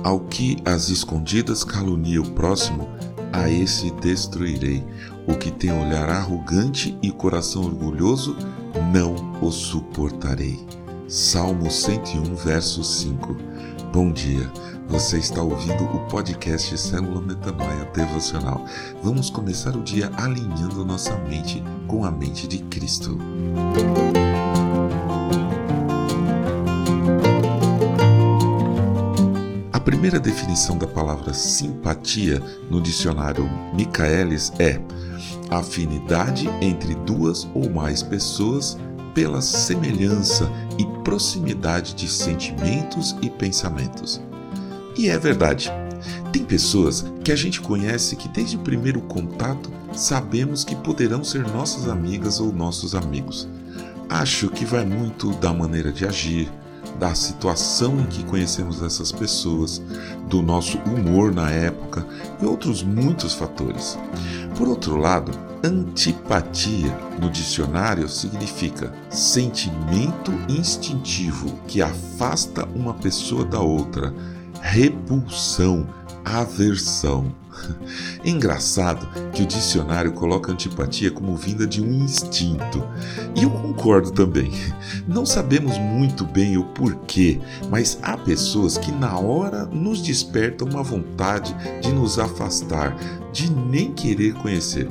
Ao que às escondidas calunia o próximo, a esse destruirei. O que tem olhar arrogante e coração orgulhoso, não o suportarei. Salmo 101, verso 5. Bom dia, você está ouvindo o podcast Célula Metanoia Devocional. Vamos começar o dia alinhando nossa mente com a mente de Cristo. A primeira definição da palavra simpatia no dicionário Michaelis é afinidade entre duas ou mais pessoas pela semelhança e proximidade de sentimentos e pensamentos. E é verdade, tem pessoas que a gente conhece que desde o primeiro contato sabemos que poderão ser nossas amigas ou nossos amigos. Acho que vai muito da maneira de agir, da situação em que conhecemos essas pessoas, do nosso humor na época e outros muitos fatores. Por outro lado, antipatia no dicionário significa sentimento instintivo que afasta uma pessoa da outra, repulsão, aversão. Engraçado que o dicionário coloca antipatia como vinda de um instinto. E eu concordo também. Não sabemos muito bem o porquê, mas há pessoas que na hora nos despertam uma vontade de nos afastar, de nem querer conhecer.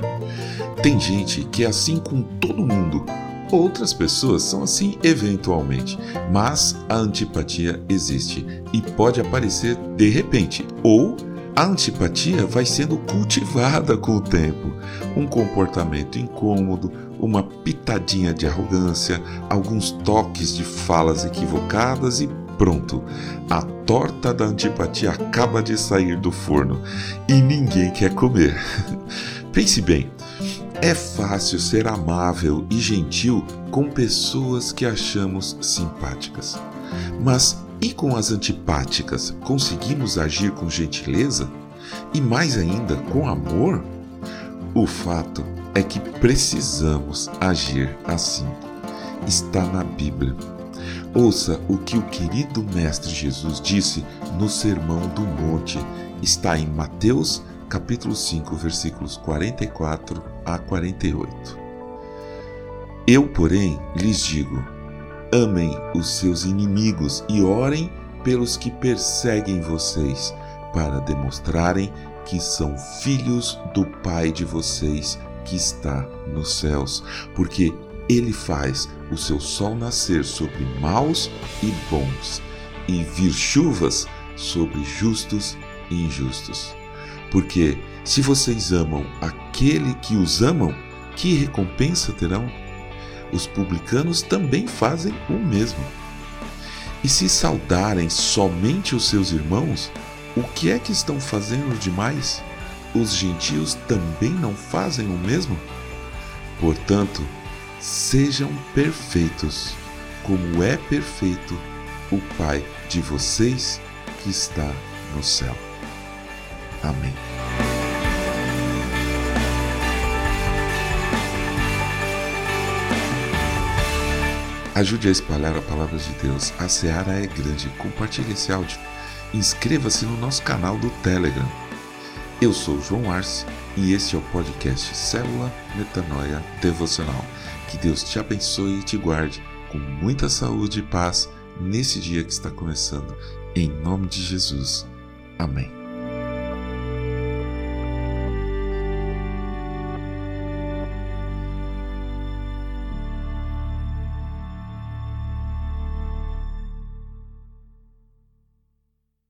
Tem gente que é assim com todo mundo. Outras pessoas são assim eventualmente, mas a antipatia existe e pode aparecer de repente, ou a antipatia vai sendo cultivada com o tempo. Um comportamento incômodo, uma pitadinha de arrogância, alguns toques de falas equivocadas e pronto. A torta da antipatia acaba de sair do forno e ninguém quer comer. Pense bem. É fácil ser amável e gentil com pessoas que achamos simpáticas. Mas e com as antipáticas, conseguimos agir com gentileza? E mais ainda, com amor? O fato é que precisamos agir assim. Está na Bíblia. Ouça o que o querido Mestre Jesus disse no Sermão do Monte. Está em Mateus capítulo 5, versículos 44 a 48. Eu, porém, lhes digo, amem os seus inimigos e orem pelos que perseguem vocês, para demonstrarem que são filhos do Pai de vocês que está nos céus, porque Ele faz o seu sol nascer sobre maus e bons, e vir chuvas sobre justos e injustos. Porque se vocês amam aquele que os amam, que recompensa terão? Os publicanos também fazem o mesmo. E se saudarem somente os seus irmãos, o que é que estão fazendo demais? Os gentios também não fazem o mesmo? Portanto, sejam perfeitos, como é perfeito o Pai de vocês que está no céu. Amém. Ajude a espalhar a palavra de Deus. A seara é grande. Compartilhe esse áudio. Inscreva-se no nosso canal do Telegram. Eu sou João Arce e este é o podcast Célula Metanoia Devocional. Que Deus te abençoe e te guarde com muita saúde e paz nesse dia que está começando. Em nome de Jesus. Amém.